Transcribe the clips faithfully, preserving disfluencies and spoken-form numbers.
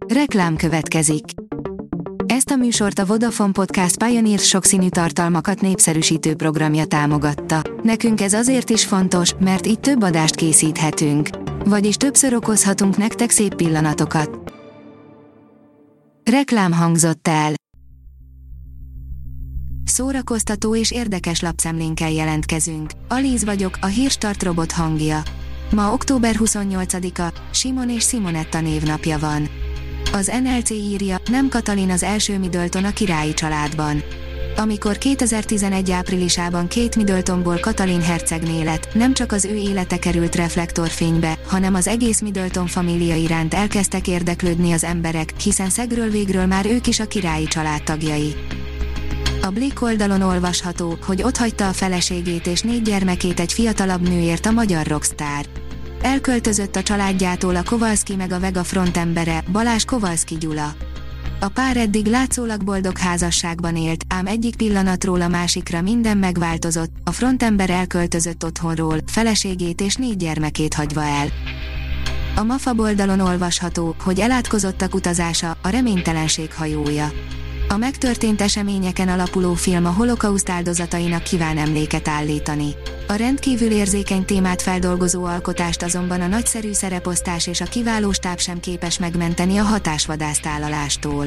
Reklám következik. Ezt a műsort a Vodafone Podcast Pioneer sokszínű tartalmakat népszerűsítő programja támogatta. Nekünk ez azért is fontos, mert így több adást készíthetünk. Vagyis többször okozhatunk nektek szép pillanatokat. Reklám hangzott el. Szórakoztató és érdekes lapszemlénkkel jelentkezünk. Alíz vagyok, a Hírstart robot hangja. Ma október huszonnyolcadika, Simon és Simonetta névnapja van. Az en el cé írja, nem Katalin az első Middleton a királyi családban. Amikor kétezer-tizenegy áprilisában Kate Middletonból Katalin hercegné lett, nem csak az ő élete került reflektorfénybe, hanem az egész Middleton família iránt elkezdtek érdeklődni az emberek, hiszen szegről végről már ők is a királyi család tagjai. A Blick oldalon olvasható, hogy otthagyta a feleségét és négy gyermekét egy fiatalabb nőért a magyar rockstar. Elköltözött a családjától a Kowalski meg a Vega frontembere, Balázs Kowalski Gyula. A pár eddig látszólag boldog házasságban élt, ám egyik pillanatról a másikra minden megváltozott, a frontember elköltözött otthonról, feleségét és négy gyermekét hagyva el. A MAFA oldalon olvasható, hogy elátkozottak utazása, a reménytelenség hajója. A megtörtént eseményeken alapuló film a holokauszt áldozatainak kíván emléket állítani. A rendkívül érzékeny témát feldolgozó alkotást azonban a nagyszerű szereposztás és a kiváló stáb sem képes megmenteni a hatásvadásztálalástól.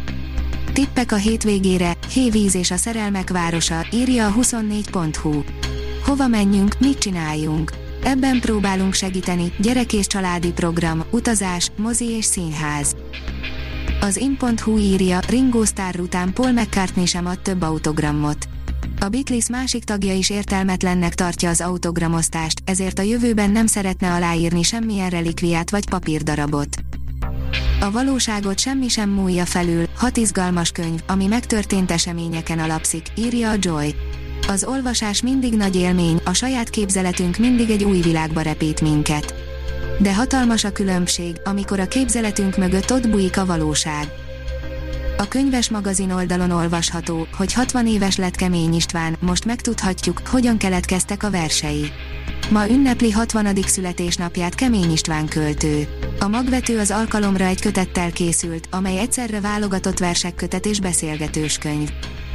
Tippek a hétvégére, Hévíz és a szerelmek városa, írja a huszonnégy pont hu. Hova menjünk, mit csináljunk? Ebben próbálunk segíteni, gyerek és családi program, utazás, mozi és színház. Az in pont hu írja, Ringo Starr után Paul McCartney sem ad több autogramot. A Beatles másik tagja is értelmetlennek tartja az autogramosztást, ezért a jövőben nem szeretne aláírni semmilyen relikviát vagy papírdarabot. A valóságot semmi sem múlja felül, hat izgalmas könyv, ami megtörtént eseményeken alapszik, írja a Joy. Az olvasás mindig nagy élmény, a saját képzeletünk mindig egy új világba repít minket. De hatalmas a különbség, amikor a képzeletünk mögött ott bújik a valóság. A Könyves magazin oldalon olvasható, hogy hatvan éves lett Kemény István, most megtudhatjuk, hogyan keletkeztek a versei. Ma ünnepli hatvanadik születésnapját Kemény István költő. A magvető az alkalomra egy kötettel készült, amely egyszerre válogatott versekkötet és beszélgetős könyv.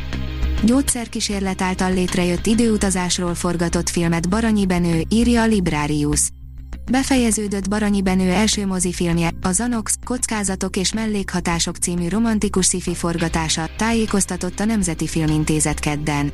Gyógyszerkísérlet által létrejött időutazásról forgatott filmet Baranyi Benő, írja a Librarius. Befejeződött Baranyi Benő első mozifilmje, a Zanox, Kockázatok és mellékhatások című romantikus sci-fi forgatása, tájékoztatott a Nemzeti Filmintézet kedden.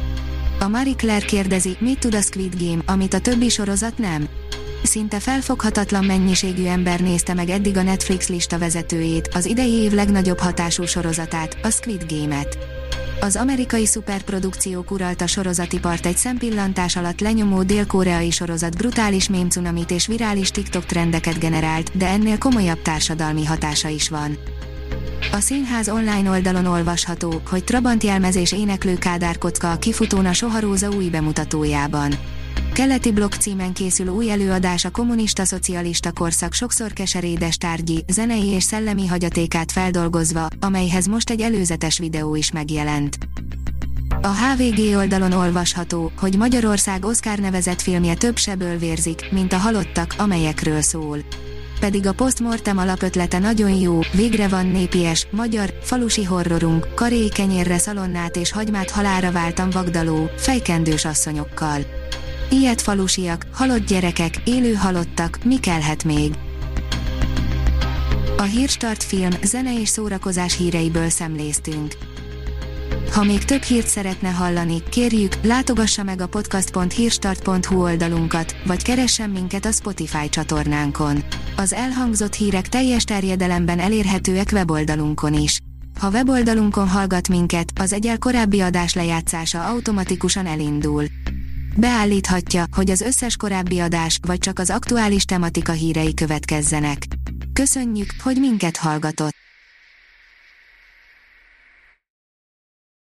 A Marie Claire kérdezi, mit tud a Squid Game, amit a többi sorozat nem? Szinte felfoghatatlan mennyiségű ember nézte meg eddig a Netflix lista vezetőjét, az idei év legnagyobb hatású sorozatát, a Squid Game-et. Az amerikai szuperprodukciók uralta sorozatipart egy szempillantás alatt lenyomó dél-koreai sorozat brutális mémcunamit és virális TikTok trendeket generált, de ennél komolyabb társadalmi hatása is van. A Színház online oldalon olvasható, hogy Trabant jelmez és éneklő Kádár kocka a kifutón a Soharóza új bemutatójában. Keleti blokk címen készül új előadás a kommunista-szocialista korszak sokszor keserédes tárgyi, zenei és szellemi hagyatékát feldolgozva, amelyhez most egy előzetes videó is megjelent. A há vé gé oldalon olvasható, hogy Magyarország Oscar nevezett filmje több seből vérzik, mint a halottak, amelyekről szól. Pedig a Postmortem alapötlete nagyon jó, végre van népies, magyar, falusi horrorunk, karéi kenyérre szalonnát és hagymát halálra váltam vagdaló, fejkendős asszonyokkal. Ilyet falusiak, halott gyerekek, élő halottak, mi kellhet még? A Hírstart film, zene és szórakozás híreiből szemléztünk. Ha még több hírt szeretne hallani, kérjük, látogassa meg a podcast pont hírstart pont hu oldalunkat, vagy keressen minket a Spotify csatornánkon. Az elhangzott hírek teljes terjedelemben elérhetőek weboldalunkon is. Ha weboldalunkon hallgat minket, az egyel korábbi adás lejátszása automatikusan elindul. Beállíthatja, hogy az összes korábbi adás, vagy csak az aktuális tematika hírei következzenek. Köszönjük, hogy minket hallgatott!